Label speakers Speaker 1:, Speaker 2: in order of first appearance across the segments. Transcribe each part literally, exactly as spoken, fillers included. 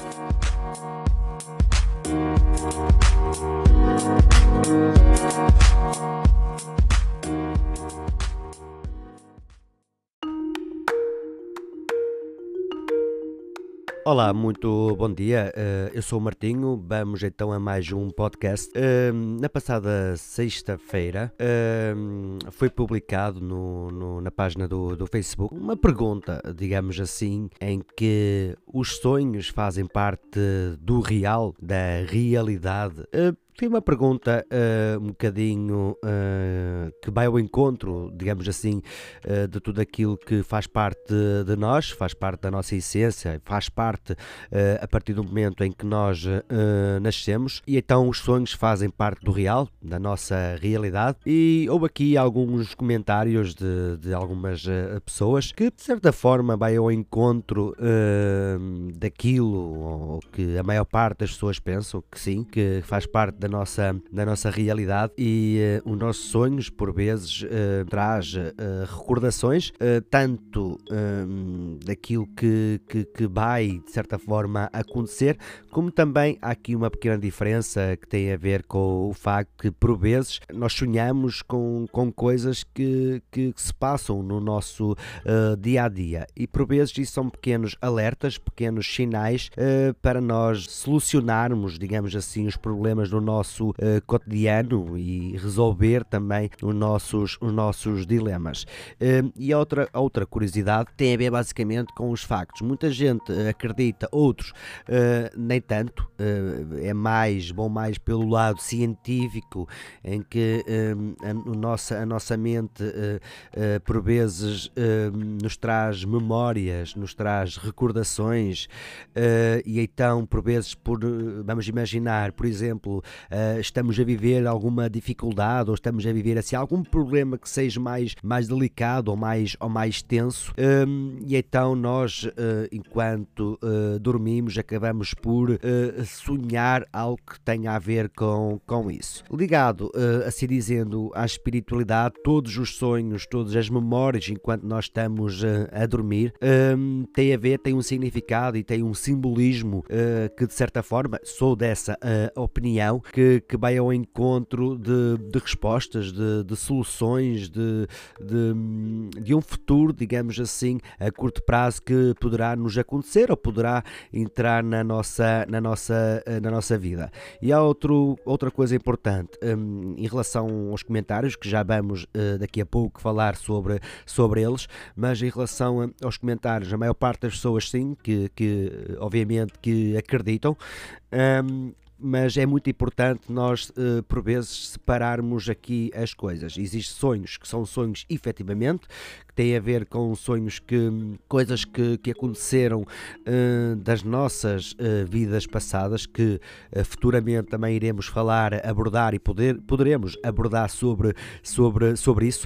Speaker 1: Olá, muito bom dia. eh, Eu sou o Martinho. Vamos então a mais um podcast. Eh, Na passada sexta-feira eh, foi publicado no, no- na página do, do Facebook uma pergunta, digamos assim, em que os sonhos fazem parte do real, da realidade. Eh, Foi uma pergunta eh, um bocadinho eh, que vai ao encontro, digamos assim, eh, de tudo aquilo que faz parte de nós, faz parte da nossa essência, faz parte eh, a partir do momento em que nós eh, nascemos, e então os sonhos fazem parte do real, da nossa realidade. E houve aqui alguns comentários de, de algumas eh, pessoas que de certa forma vai ao encontro eh, daquilo ou que a maior parte das pessoas pensam que sim, que faz parte da nossa, da nossa realidade, e eh, os nossos sonhos por vezes eh, traz eh, recordações eh, tanto eh, daquilo que, que, que vai de certa forma acontecer, como também há aqui uma pequena diferença que tem a ver com o facto que por vezes nós sonhamos com, com coisas que, que, que se passam no nosso eh, dia a dia, e por vezes isso são pequenos alertas, pequenos sinais eh, para nós solucionarmos, digamos assim, os problemas do nosso eh, cotidiano e resolver também os nossos, os nossos dilemas. Eh, e a outra, a outra curiosidade tem a ver basicamente com os factos. Muita gente eh, acredita, outros eh, nem tanto, eh, é mais, vão mais pelo lado científico, em que eh, a, o nossa, a nossa mente eh, eh, por vezes eh, nos traz memórias, nos traz recordações, eh, e então por vezes, por, vamos imaginar, por exemplo, uh, estamos a viver alguma dificuldade ou estamos a viver assim algum problema que seja mais, mais delicado ou mais, ou mais tenso, um, e então nós, uh, enquanto uh, dormimos, acabamos por uh, sonhar algo que tenha a ver com, com isso. Ligado, uh, assim dizendo, à espiritualidade, todos os sonhos, todas as memórias enquanto nós estamos uh, a dormir, um, tem a ver, tem um significado e tem um simbolismo uh, que de certa forma, sou dessa uh, opinião, que, que vai ao encontro de, de respostas, de, de soluções, de, de, de um futuro, digamos assim, a curto prazo que poderá nos acontecer ou poderá entrar na nossa, na nossa, na nossa vida. E há outro, outra coisa importante um, em relação aos comentários, que já vamos uh, daqui a pouco falar sobre, sobre eles, mas em relação aos comentários, a maior parte das pessoas sim, que, que obviamente que acreditam, um, mas é muito importante nós, uh, por vezes, separarmos aqui as coisas. Existem sonhos que são sonhos efetivamente, que têm a ver com sonhos que, coisas que, que aconteceram uh, das nossas uh, vidas passadas, que uh, futuramente também iremos falar, abordar e poder, poderemos abordar sobre, sobre, sobre isso,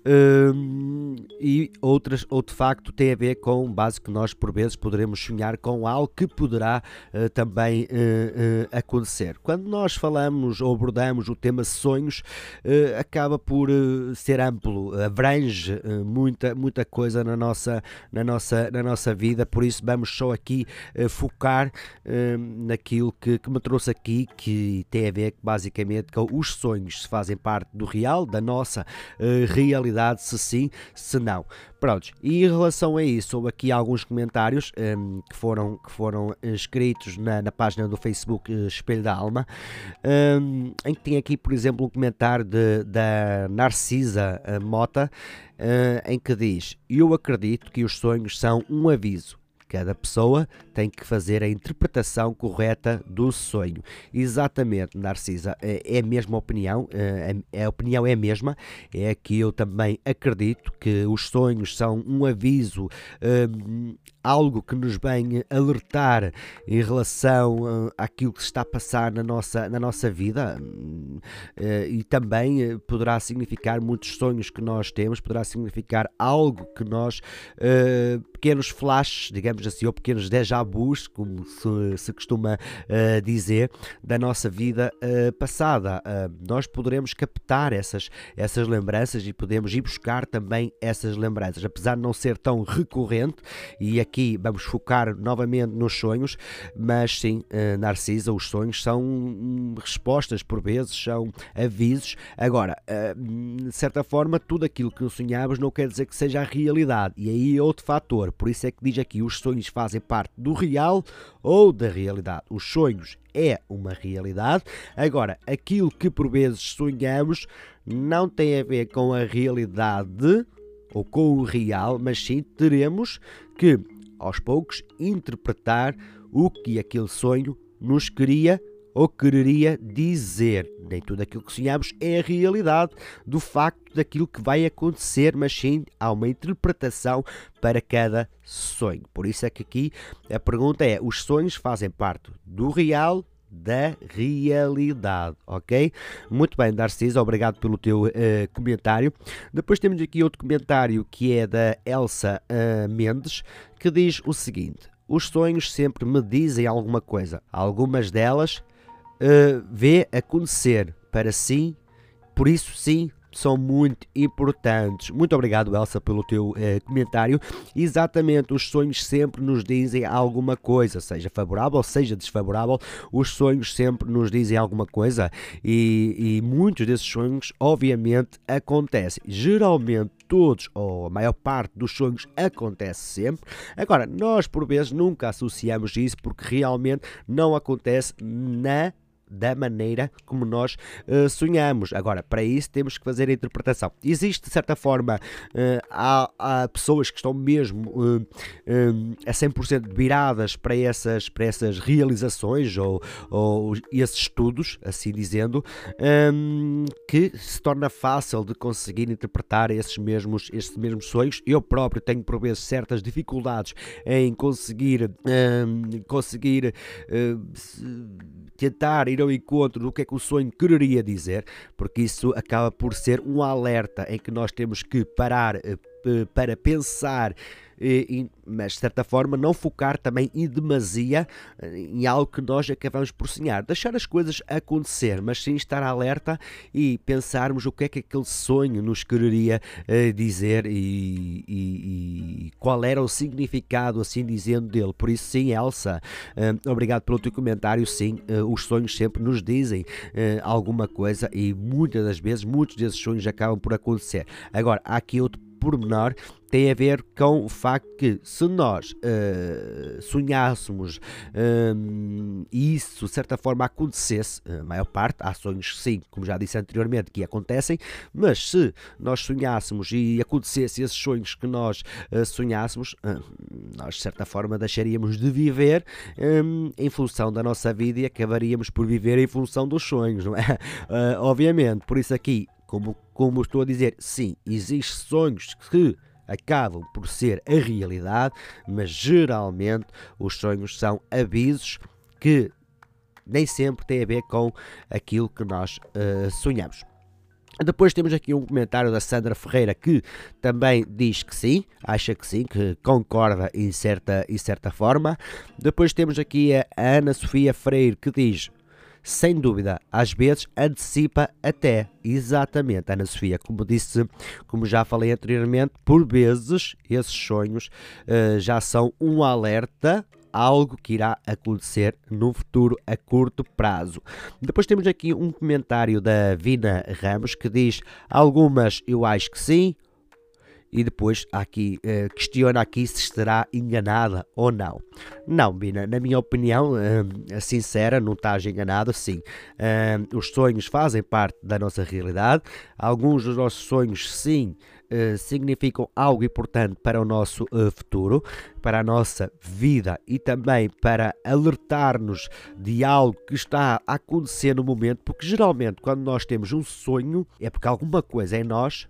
Speaker 1: uh, e outras, outro facto tem a ver com base que nós por vezes poderemos sonhar com algo que poderá uh, também uh, uh, acontecer. Quando nós falamos ou abordamos o tema sonhos, uh, acaba por uh, ser amplo, abrange uh, muita, muita coisa na nossa, na, nossa, na nossa vida, por isso vamos só aqui uh, focar uh, naquilo que, que me trouxe aqui, que tem a ver basicamente com os sonhos, se fazem parte do real, da nossa uh, realidade, se sim, se não. Prontos, e em relação a isso, houve aqui alguns comentários um, que, foram, que foram escritos na, na página do Facebook uh, Espelho da Alma, um, em que tem aqui, por exemplo, um comentário de, da Narcisa uh, Mota, uh, em que diz: eu acredito que os sonhos são um aviso. Cada pessoa tem que fazer a interpretação correta do sonho. Exatamente, Narcisa, é a mesma opinião, a opinião é a mesma, é que eu também acredito que os sonhos são um aviso, um, algo que nos vem alertar em relação uh, àquilo que se está a passar na nossa, na nossa vida, uh, e também uh, poderá significar muitos sonhos que nós temos, poderá significar algo que nós, uh, pequenos flashes, digamos digamos assim, ou pequenos déjà vus, como se, se costuma uh, dizer, da nossa vida uh, passada. Uh, nós poderemos captar essas, essas lembranças e podemos ir buscar também essas lembranças, apesar de não ser tão recorrente, e aqui vamos focar novamente nos sonhos, mas sim, uh, Narcisa, os sonhos são hum, respostas, por vezes, são avisos. Agora, uh, de certa forma, tudo aquilo que sonhamos não quer dizer que seja a realidade, e aí é outro fator, por isso é que diz aqui, os sonhos fazem parte do real ou da realidade. Os sonhos é uma realidade, agora, aquilo que por vezes sonhamos não tem a ver com a realidade ou com o real, mas sim teremos que, aos poucos, interpretar o que aquele sonho nos queria ou quereria dizer. Nem tudo aquilo que sonhamos é a realidade do facto daquilo que vai acontecer, mas sim há uma interpretação para cada sonho. Por isso é que aqui a pergunta é, os sonhos fazem parte do real, da realidade, ok? Muito bem, Narciso, obrigado pelo teu uh, comentário. Depois temos aqui outro comentário que é da Elsa uh, Mendes, que diz o seguinte: os sonhos sempre me dizem alguma coisa, algumas delas uh, vê acontecer para si, por isso sim, são muito importantes. Muito obrigado, Elsa, pelo teu uh, comentário. Exatamente, os sonhos sempre nos dizem alguma coisa, seja favorável, seja desfavorável, os sonhos sempre nos dizem alguma coisa, e, e muitos desses sonhos, obviamente, acontecem. Geralmente, todos, ou a maior parte dos sonhos acontece sempre. Agora, nós, por vezes, nunca associamos isso, porque realmente não acontece na da maneira como nós uh, sonhamos. Agora, para isso temos que fazer a interpretação. Existe, de certa forma, uh, há, há pessoas que estão mesmo uh, uh, a cem por cento viradas para essas, para essas realizações ou, ou esses estudos, assim dizendo, um, que se torna fácil de conseguir interpretar esses mesmos, esses mesmos sonhos. Eu próprio tenho, por vezes, certas dificuldades em conseguir, um, conseguir uh, tentar ir ao encontro do que é que o sonho quereria dizer, porque isso acaba por ser um alerta em que nós temos que parar para pensar, mas de certa forma não focar também em demasia em algo que nós acabamos por sonhar, deixar as coisas acontecer, mas sim estar alerta e pensarmos o que é que aquele sonho nos quereria dizer e, e, e qual era o significado, assim dizendo, dele. Por isso sim, Elsa, obrigado pelo teu comentário. Sim, os sonhos sempre nos dizem alguma coisa e muitas das vezes, muitos desses sonhos acabam por acontecer. Agora, há aqui outro pormenor, tem a ver com o facto que se nós uh, sonhássemos um, e isso de certa forma acontecesse, a maior parte, há sonhos sim, como já disse anteriormente, que acontecem, mas se nós sonhássemos e acontecesse esses sonhos que nós uh, sonhássemos, uh, nós de certa forma deixaríamos de viver um, em função da nossa vida e acabaríamos por viver em função dos sonhos, não é? Uh, obviamente, por isso aqui, Como, como estou a dizer, sim, existem sonhos que acabam por ser a realidade, mas geralmente os sonhos são avisos que nem sempre têm a ver com aquilo que nós uh, sonhamos. Depois temos aqui um comentário da Sandra Ferreira, que também diz que sim, acha que sim, que concorda em certa, em certa forma. Depois temos aqui a Ana Sofia Freire, que diz: sem dúvida, às vezes antecipa até. Exatamente, Ana Sofia, como disse, como já falei anteriormente, por vezes esses sonhos uh, já são um alerta, algo que irá acontecer no futuro a curto prazo. Depois temos aqui um comentário da Vina Ramos, que diz: algumas eu acho que sim. E depois aqui, uh, questiona aqui se estará enganada ou não. Não, Bina, na minha opinião, uh, sincera, não estás enganado, sim. Uh, os sonhos fazem parte da nossa realidade. Alguns dos nossos sonhos, sim, uh, significam algo importante para o nosso uh, futuro, para a nossa vida e também para alertar-nos de algo que está a acontecer no momento, porque geralmente quando nós temos um sonho é porque alguma coisa em nós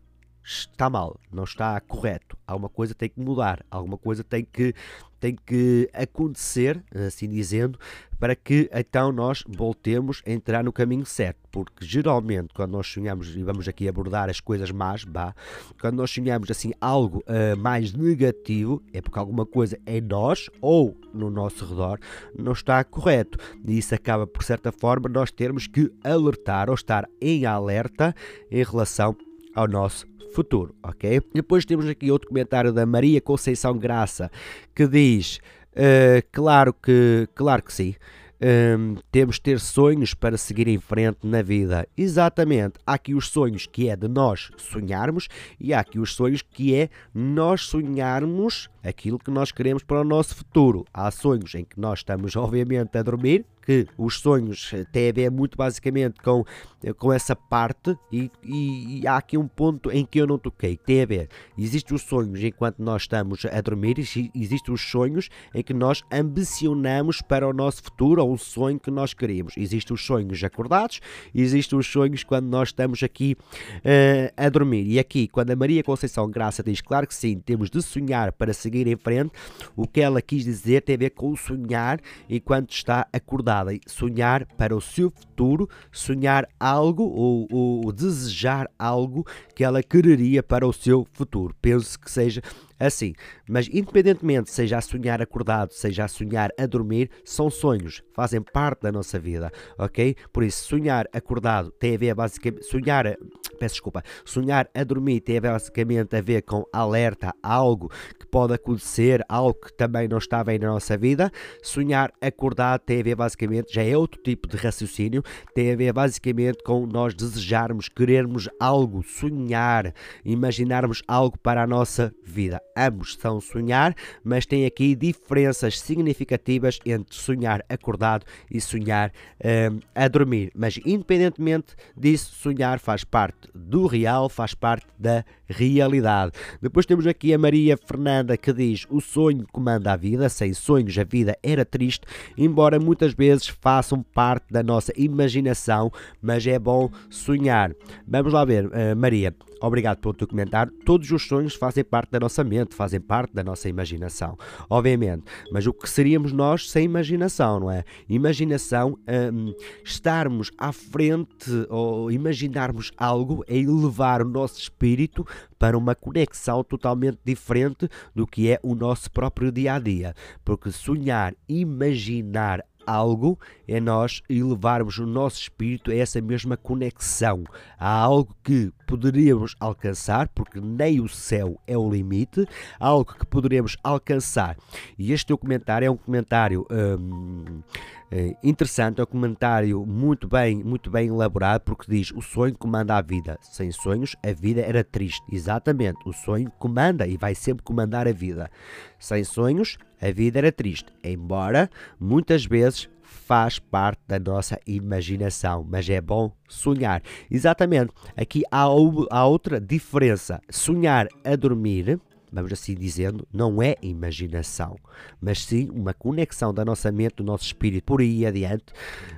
Speaker 1: está mal, não está correto. Alguma coisa tem que mudar, alguma coisa tem que, tem que acontecer, assim dizendo, para que então nós voltemos a entrar no caminho certo. Porque geralmente quando nós sonhamos, e vamos aqui abordar as coisas más, bah, quando nós sonhamos assim algo uh, mais negativo, é porque alguma coisa em nós ou no nosso redor não está correto. E isso acaba, por certa forma, nós termos que alertar ou estar em alerta em relação ao nosso futuro, ok? Depois temos aqui outro comentário da Maria Conceição Graça, que diz, uh, claro que, claro que sim, um, temos de ter sonhos para seguir em frente na vida. Exatamente, há aqui os sonhos que é de nós sonharmos e há aqui os sonhos que é nós sonharmos aquilo que nós queremos para o nosso futuro. Há sonhos em que nós estamos obviamente a dormir, que os sonhos têm a ver muito basicamente com, com essa parte e, e, e há aqui um ponto em que eu não toquei, tem a ver, existem os sonhos enquanto nós estamos a dormir e existem os sonhos em que nós ambicionamos para o nosso futuro ou um sonho que nós queremos. Existem os sonhos acordados, existem os sonhos quando nós estamos aqui uh, a dormir. E aqui, quando a Maria Conceição Graça diz, claro que sim, temos de sonhar para seguir em frente, o que ela quis dizer tem a ver com o sonhar enquanto está acordado. Sonhar para o seu futuro, sonhar algo ou, ou desejar algo que ela quereria para o seu futuro. Penso que seja assim, mas independentemente seja a sonhar acordado, seja a sonhar a dormir, são sonhos, fazem parte da nossa vida, ok? Por isso, sonhar acordado tem a ver basicamente, sonhar, peço desculpa, sonhar a dormir tem a ver basicamente a ver com alerta, algo que pode acontecer, algo que também não está bem na nossa vida. Sonhar acordado tem a ver basicamente, já é outro tipo de raciocínio, tem a ver basicamente com nós desejarmos, querermos algo, sonhar, imaginarmos algo para a nossa vida. Ambos são sonhar, mas tem aqui diferenças significativas entre sonhar acordado e sonhar um, a dormir. Mas independentemente disso, sonhar faz parte do real, faz parte da realidade. Depois temos aqui a Maria Fernanda que diz, o sonho comanda a vida, sem sonhos a vida era triste, embora muitas vezes façam parte da nossa imaginação, mas é bom sonhar. Vamos lá ver, uh, Maria. Obrigado pelo teu comentário. Todos os sonhos fazem parte da nossa mente, fazem parte da nossa imaginação, obviamente. Mas o que seríamos nós sem imaginação, não é? Imaginação, hum, estarmos à frente ou imaginarmos algo é elevar o nosso espírito para uma conexão totalmente diferente do que é o nosso próprio dia-a-dia. Porque sonhar, imaginar algo é nós elevarmos o nosso espírito a essa mesma conexão. Há algo que poderíamos alcançar, porque nem o céu é o limite, há algo que poderíamos alcançar. E este teu comentário é um comentário hum, interessante, é um comentário muito bem, muito bem elaborado, porque diz, o sonho comanda a vida. Sem sonhos a vida era triste. Exatamente, o sonho comanda e vai sempre comandar a vida. Sem sonhos a vida era triste, embora muitas vezes faz parte da nossa imaginação, mas é bom sonhar. Exatamente, aqui há, há outra diferença. Sonhar a dormir, vamos assim dizendo, não é imaginação, mas sim uma conexão da nossa mente, do nosso espírito, por aí adiante,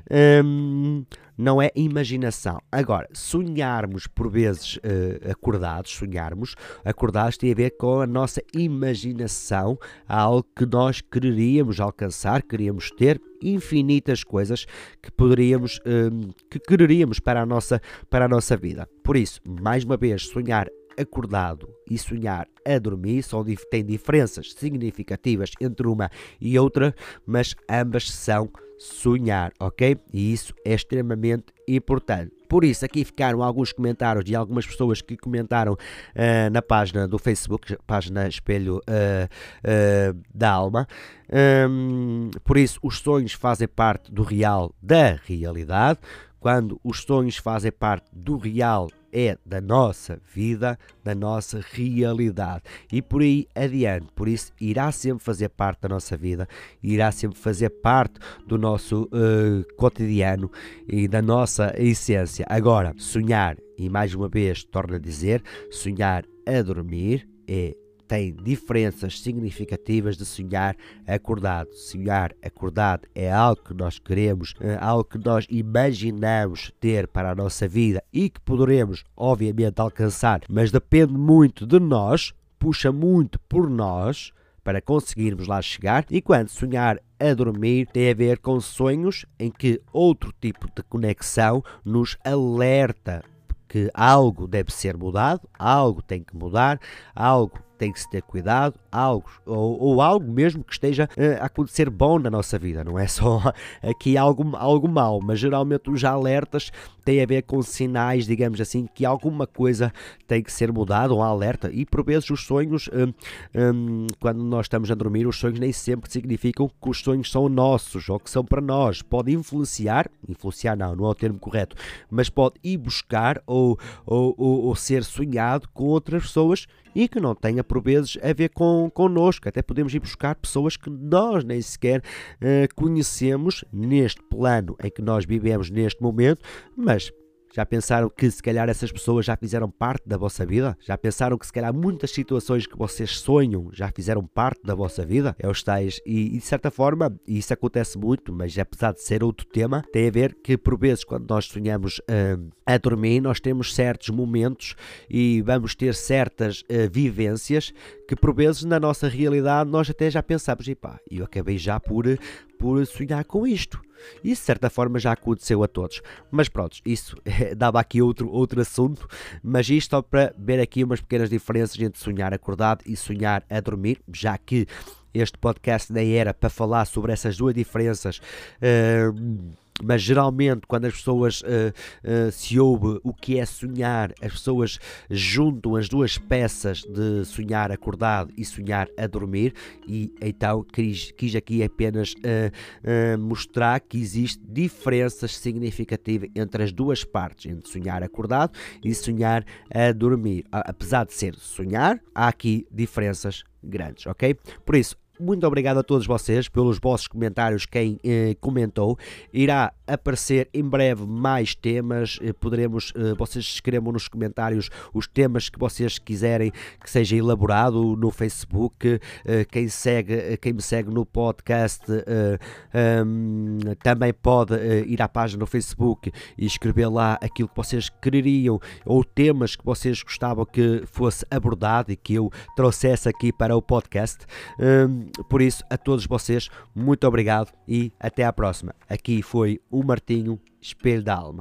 Speaker 1: hum, não é imaginação. Agora, sonharmos por vezes uh, acordados, sonharmos acordados tem a ver com a nossa imaginação, algo que nós quereríamos alcançar, queríamos ter, infinitas coisas que poderíamos, um, que quereríamos para a nossa, para a nossa vida. Por isso, mais uma vez, sonhar acordado e sonhar a dormir são, têm diferenças significativas entre uma e outra, mas ambas são sonhar, ok? E isso é extremamente importante. Por isso, aqui ficaram alguns comentários de algumas pessoas que comentaram uh, na página do Facebook, página Espelho uh, uh, da Alma. Um, por isso, os sonhos fazem parte do real da realidade. Quando os sonhos fazem parte do real, é da nossa vida, da nossa realidade e por aí adiante. Por isso irá sempre fazer parte da nossa vida, irá sempre fazer parte do nosso uh, cotidiano e da nossa essência. Agora, sonhar, e mais uma vez torno a dizer, sonhar a dormir é tem diferenças significativas de sonhar acordado. Sonhar acordado é algo que nós queremos, é algo que nós imaginamos ter para a nossa vida e que poderemos, obviamente, alcançar, mas depende muito de nós, puxa muito por nós para conseguirmos lá chegar. Enquanto sonhar a dormir tem a ver com sonhos em que outro tipo de conexão nos alerta que algo deve ser mudado, algo tem que mudar, algo tem que se ter cuidado, algo, ou, ou algo mesmo que esteja uh, a acontecer bom na nossa vida, não é só aqui algo, algo mau, mas geralmente os alertas têm a ver com sinais, digamos assim, que alguma coisa tem que ser mudada, um alerta, e por vezes os sonhos, um, um, quando nós estamos a dormir, os sonhos nem sempre significam que os sonhos são nossos, ou que são para nós, pode influenciar, influenciar não, não é o termo correto, mas pode ir buscar ou, ou, ou, ou ser sonhado com outras pessoas e que não tenha por vezes a ver com, connosco. Até podemos ir buscar pessoas que nós nem sequer uh, conhecemos neste plano em que nós vivemos neste momento, mas já pensaram que se calhar essas pessoas já fizeram parte da vossa vida? Já pensaram que se calhar muitas situações que vocês sonham já fizeram parte da vossa vida? É os tais, e, e de certa forma, e isso acontece muito, mas apesar de ser outro tema, tem a ver que por vezes quando nós sonhamos uh, a dormir, nós temos certos momentos e vamos ter certas uh, vivências que por vezes na nossa realidade nós até já pensamos, epá, eu acabei já por, por sonhar com isto. Isso de certa forma já aconteceu a todos, mas pronto, isso é, dava aqui outro, outro assunto, mas isto só para ver aqui umas pequenas diferenças entre sonhar acordado e sonhar a dormir, já que este podcast nem era para falar sobre essas duas diferenças, uh, mas geralmente quando as pessoas uh, uh, se ouve o que é sonhar, as pessoas juntam as duas peças de sonhar acordado e sonhar a dormir, e então quis, quis aqui apenas uh, uh, mostrar que existe diferenças significativas entre as duas partes, entre sonhar acordado e sonhar a dormir. Apesar de ser sonhar, há aqui diferenças grandes, ok? Por isso, muito obrigado a todos vocês pelos vossos comentários, quem eh, comentou. Irá aparecer em breve mais temas, eh, poderemos, eh, vocês escrevam nos comentários os temas que vocês quiserem que seja elaborado no Facebook, eh, quem, segue, quem me segue no podcast eh, um, também pode eh, ir à página no Facebook e escrever lá aquilo que vocês quereriam ou temas que vocês gostavam que fosse abordado e que eu trouxesse aqui para o podcast. Um, Por isso, a todos vocês, muito obrigado e até à próxima. Aqui foi o Martinho, Espelho da Alma.